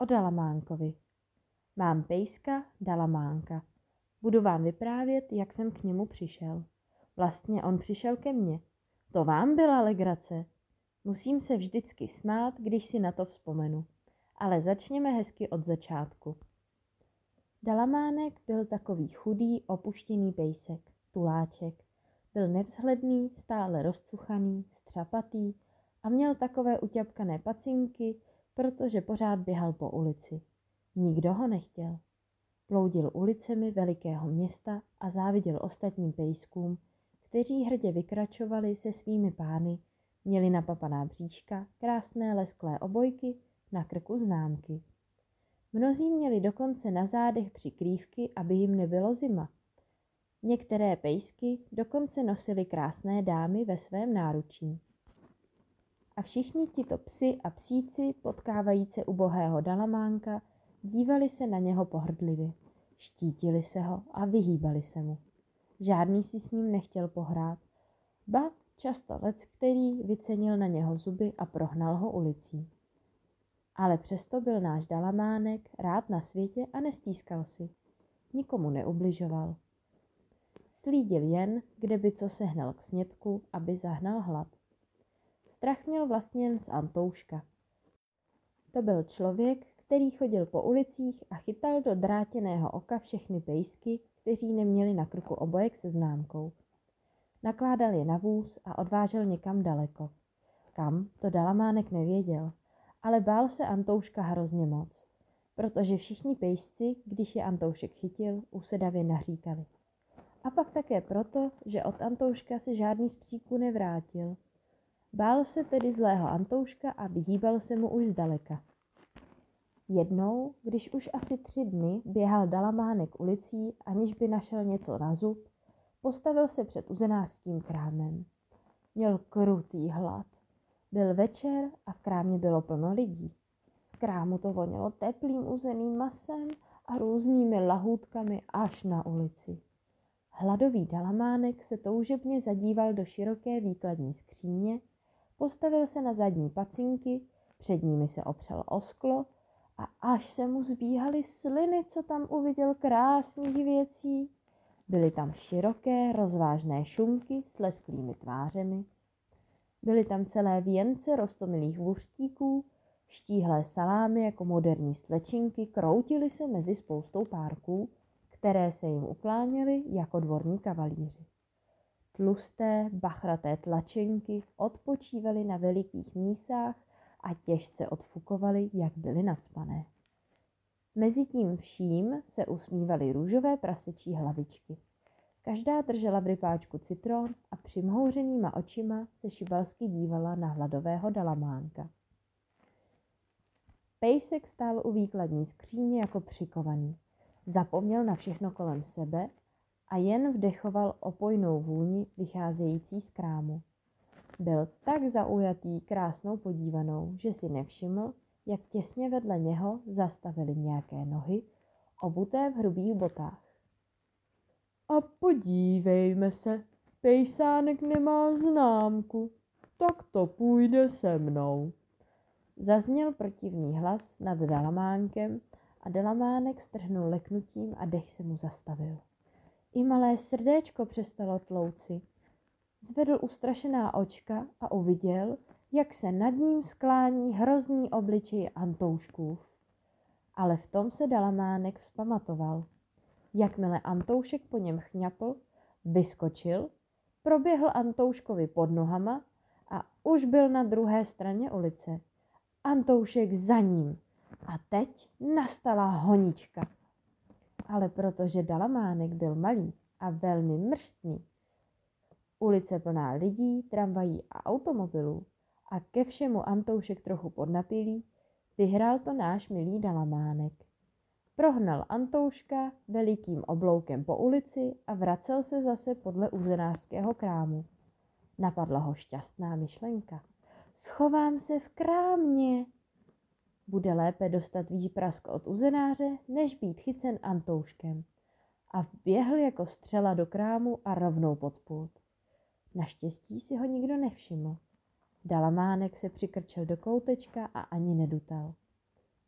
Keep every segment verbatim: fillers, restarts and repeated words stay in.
O Dalamánkovi. Mám pejska Dalamánka. Budu vám vyprávět, jak jsem k němu přišel. Vlastně on přišel ke mně. To vám byla legrace. Musím se vždycky smát, když si na to vzpomenu. Ale začněme hezky od začátku. Dalamánek byl takový chudý, opuštěný pejsek, tuláček. Byl nevzhledný, stále rozcuchaný, střapatý a měl takové uťapkané pacinky, protože pořád běhal po ulici. Nikdo ho nechtěl. Bloudil ulicemi velikého města a záviděl ostatním pejskům, kteří hrdě vykračovali se svými pány, měli napapaná bříška, krásné lesklé obojky, na krku známky. Mnozí měli dokonce na zádech přikrývky, aby jim nebylo zima. Některé pejsky dokonce nosily krásné dámy ve svém náručí. A všichni tito psi a psíci, potkávajíce ubohého Dalamánka, dívali se na něho pohrdlivě, štítili se ho a vyhýbali se mu. Žádný si s ním nechtěl pohrát, ba často leckterý vycenil na něho zuby a prohnal ho ulicí. Ale přesto byl náš Dalamánek rád na světě a nestýskal si. Nikomu neubližoval. Slídil jen, kde by co sehnal k snědku, aby zahnal hlad. Strach měl vlastně jen z Antouška. To byl člověk, který chodil po ulicích a chytal do drátěného oka všechny pejsky, kteří neměli na krku obojek se známkou. Nakládal je na vůz a odvážel někam daleko. Kam, to Dalamánek nevěděl, ale bál se Antouška hrozně moc, protože všichni pejsci, když je Antoušek chytil, usedavě naříkali. A pak také proto, že od Antouška se žádný z psíků nevrátil. Bál se tedy zlého Antouška a vyhýbal se mu už zdaleka. Jednou, když už asi tři dny běhal Dalamánek ulicí, aniž by našel něco na zub, postavil se před uzenářským krámem. Měl krutý hlad. Byl večer a v krámě bylo plno lidí. Z krámu to vonělo teplým uzeným masem a různými lahůdkami až na ulici. Hladový Dalamánek se toužebně zadíval do široké výkladní skříně, postavil se na zadní pacinky, před nimi se opřel o sklo a až se mu zbíhaly sliny, co tam uviděl krásných věcí. Byly tam široké, rozvážné šunky s lesklými tvářemi. Byly tam celé věnce roztomilých vuřtíků, štíhlé salámy jako moderní slečinky kroutily se mezi spoustou párků, které se jim ukláněly jako dvorní kavalíři. Tlusté, bachraté tlačenky odpočívaly na velikých mísách a těžce odfukovaly, jak byly nacpané. Mezitím vším se usmívaly růžové prasečí hlavičky. Každá držela v rypáčku citron a přimhouřenýma očima se šibalsky dívala na hladového Dalamánka. Pejsek stál u výkladní skříně jako přikovaný. Zapomněl na všechno kolem sebe a jen vdechoval opojnou vůni vycházející z krámu. Byl tak zaujatý krásnou podívanou, že si nevšiml, jak těsně vedle něho zastavily nějaké nohy, obuté v hrubých botách. A podívejme se, pejsánek nemá známku, tak to půjde se mnou. Zazněl protivný hlas nad Dalamánkem a Dalamánek strhnul leknutím a dech se mu zastavil. I malé srdéčko přestalo tlouci. Zvedl ustrašená očka a uviděl, jak se nad ním sklání hrozný obličej Antouškův. Ale v tom se Dalamánek vzpamatoval. Jakmile Antoušek po něm chňapl, vyskočil, proběhl Antouškovi pod nohama a už byl na druhé straně ulice. Antoušek za ním. A teď nastala honička. Ale protože Dalamánek byl malý a velmi mrštný, ulice plná lidí, tramvají a automobilů a ke všemu Antoušek trochu podnapilý, vyhrál to náš milý Dalamánek. Prohnal Antouška velikým obloukem po ulici a vracel se zase podle uzenářského krámu. Napadla ho šťastná myšlenka. Schovám se v krámě. Bude lépe dostat výprask od uzenáře, než být chycen Antouškem. A vběhl jako střela do krámu a rovnou pod pult. Naštěstí si ho nikdo nevšiml. Dalamánek se přikrčil do koutečka a ani nedutal.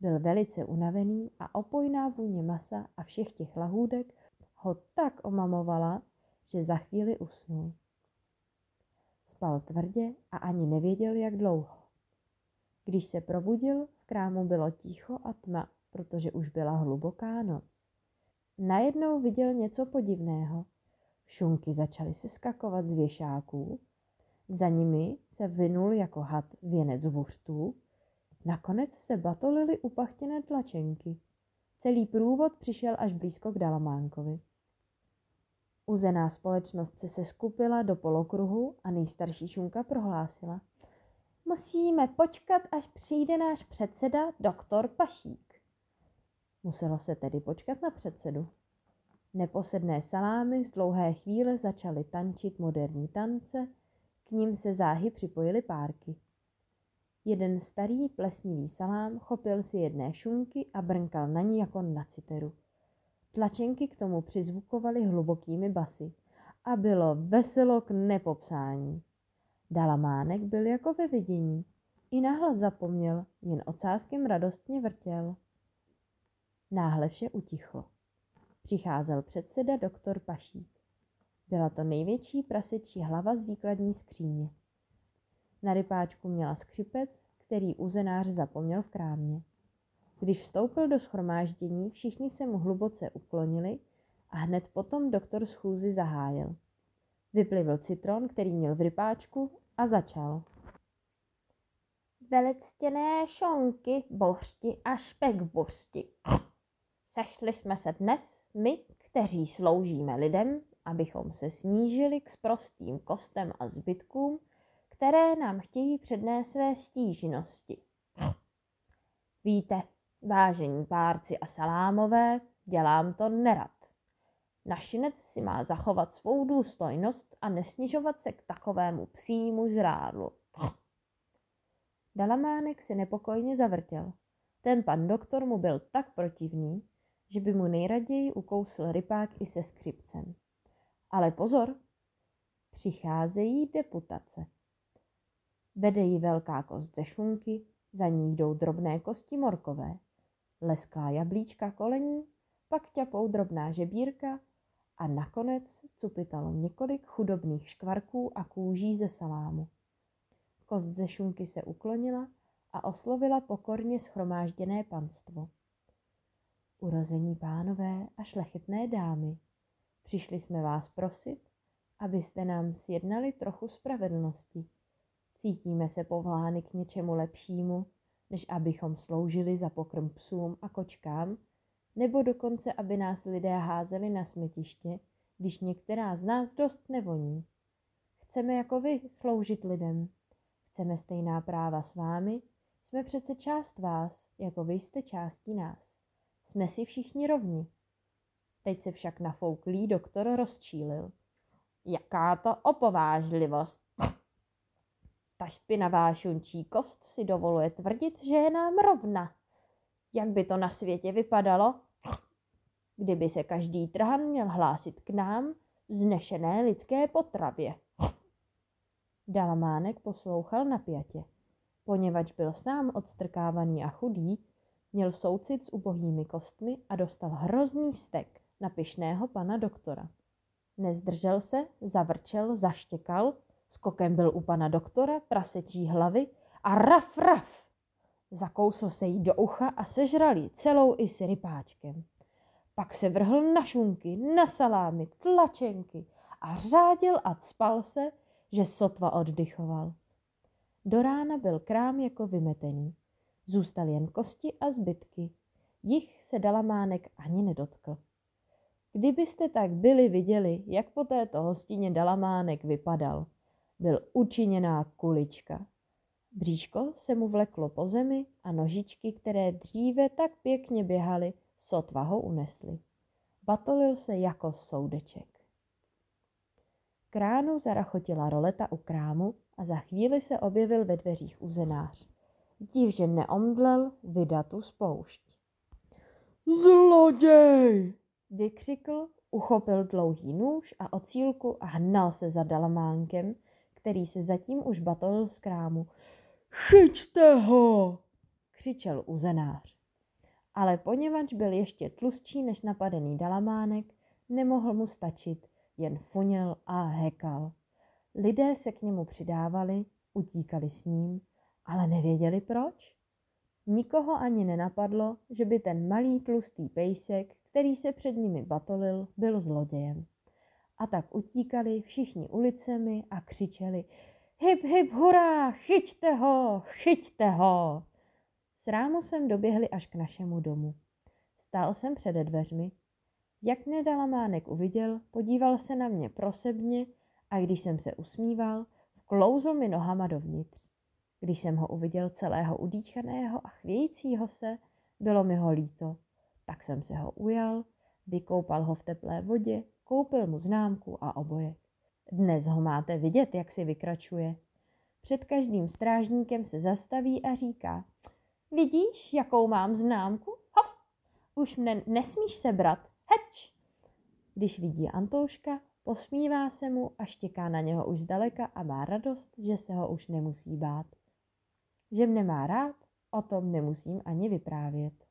Byl velice unavený a opojná vůně masa a všech těch lahůdek ho tak omamovala, že za chvíli usnul. Spal tvrdě a ani nevěděl, jak dlouho. Když se probudil, v krámu bylo ticho a tma, protože už byla hluboká noc. Najednou viděl něco podivného. Šunky začaly seskakovat z věšáků, za nimi se vynul jako had věnec vůřtů, nakonec se batolily upachtěné tlačenky. Celý průvod přišel až blízko k Dalamánkovi. Uzená společnost se seskupila do polokruhu a nejstarší šunka prohlásila: Musíme počkat, až přijde náš předseda, doktor Pašík. Muselo se tedy počkat na předsedu. Neposedné salámy z dlouhé chvíle začaly tančit moderní tance, k ním se záhy připojily párky. Jeden starý plesnivý salám chopil si jedné šunky a brnkal na ní jako na citeru. Tlačenky k tomu přizvukovaly hlubokými basy a bylo veselo k nepopsání. Dalamánek byl jako ve vidění. I na hlad zapomněl, jen ocáskem radostně vrtěl. Náhle vše utichlo. Přicházel předseda doktor Pašík. Byla to největší prasečí hlava z výkladní skříně. Na rypáčku měla skřipec, který uzenář zapomněl v krámě. Když vstoupil do shromáždění, všichni se mu hluboce uklonili a hned potom doktor schůzi zahájil. Vyplivl citron, který měl v rypáčku, a začal. Velectěné šonky, bořti a špekbořti. Sešli jsme se dnes, my, kteří sloužíme lidem, abychom se snížili k sprostým kostem a zbytkům, které nám chtějí přednést své stížnosti. Víte, vážení párci a salámové, dělám to nerad. Našinec si má zachovat svou důstojnost a nesnižovat se k takovému psímu žrádlu. Dalamánek si nepokojně zavrtěl. Ten pan doktor mu byl tak protivný, že by mu nejraději ukousl rypák i se skřipcem. Ale pozor, přicházejí deputace. Vede jí velká kost ze šunky, za ní jdou drobné kosti morkové, lesklá jablíčka kolení, pak ťapou drobná žebírka a nakonec cupitalo několik chudobných škvarků a kůží ze salámu. Kost ze šunky se uklonila a oslovila pokorně shromážděné panstvo. Urození pánové a šlechetné dámy, přišli jsme vás prosit, abyste nám sjednali trochu spravedlnosti. Cítíme se povolány k něčemu lepšímu, než abychom sloužili za pokrm psům a kočkám, nebo dokonce, aby nás lidé házeli na smetiště, když některá z nás dost nevoní. Chceme jako vy sloužit lidem. Chceme stejná práva s vámi, jsme přece část vás, jako vy jste částí nás. Jsme si všichni rovni. Teď se však nafouklý doktor rozčílil. Jaká to opovážlivost! Ta špinavá šunčí kost si dovoluje tvrdit, že je nám rovna. Jak by to na světě vypadalo, kdyby se každý trhan měl hlásit k nám vznešené lidské potravě? Dalamánek poslouchal napjatě. Poněvadž byl sám odstrkávaný a chudý, měl soucit s ubohými kostmi a dostal hrozný vztek na pyšného pana doktora. Nezdržel se, zavrčel, zaštěkal, skokem byl u pana doktora, prasečí hlavy a raf, raf! Zakousl se jí do ucha a sežral jí celou i s rypáčkem. Pak se vrhl na šunky, na salámy, tlačenky a řádil a cpal se, že sotva oddychoval. Do rána byl krám jako vymetený. Zůstal jen kosti a zbytky. Jich se Dalamánek ani nedotkl. Kdybyste tak byli viděli, jak po této hostině Dalamánek vypadal. Byl učiněná kulička. Bříško se mu vleklo po zemi a nožičky, které dříve tak pěkně běhaly, sotva ho unesly. Batolil se jako soudeček. K ránu zarachotila roleta u krámu a za chvíli se objevil ve dveřích uzenář. Div, že neomdlel vydat tu spoušť. Zloděj! Vykřikl, uchopil dlouhý nůž a ocílku a hnal se za Dalamánkem, který se zatím už batolil z krámu. Chyťte ho! Křičel uzenář. ale poněvadž byl ještě tlustší než napadený dalamánek, nemohl mu stačit, jen funěl a hekal. Lidé se k němu přidávali, utíkali s ním, ale nevěděli proč. Nikoho ani nenapadlo, že by ten malý tlustý pejsek, který se před nimi batolil, byl zlodějem. A tak utíkali všichni ulicemi a křičeli: Hip, hip, hurá, chyťte ho, chyťte ho! S Rámusem doběhli až k našemu domu. Stál jsem před dveřmi. Jak mě dalamánek uviděl, podíval se na mě prosebně a když jsem se usmíval, vklouzl mi nohama dovnitř. Když jsem ho uviděl celého udýchaného a chvějícího se, bylo mi ho líto. Tak jsem se ho ujal, vykoupal ho v teplé vodě, koupil mu známku a obojek. Dnes ho máte vidět, jak si vykračuje. Před každým strážníkem se zastaví a říká: Vidíš, jakou mám známku? Hof! Už mne nesmíš sebrat. Heč! Když vidí Antouška, posmívá se mu a štěká na něho už zdaleka a má radost, že se ho už nemusí bát. Že mne má rád, o tom nemusím ani vyprávět.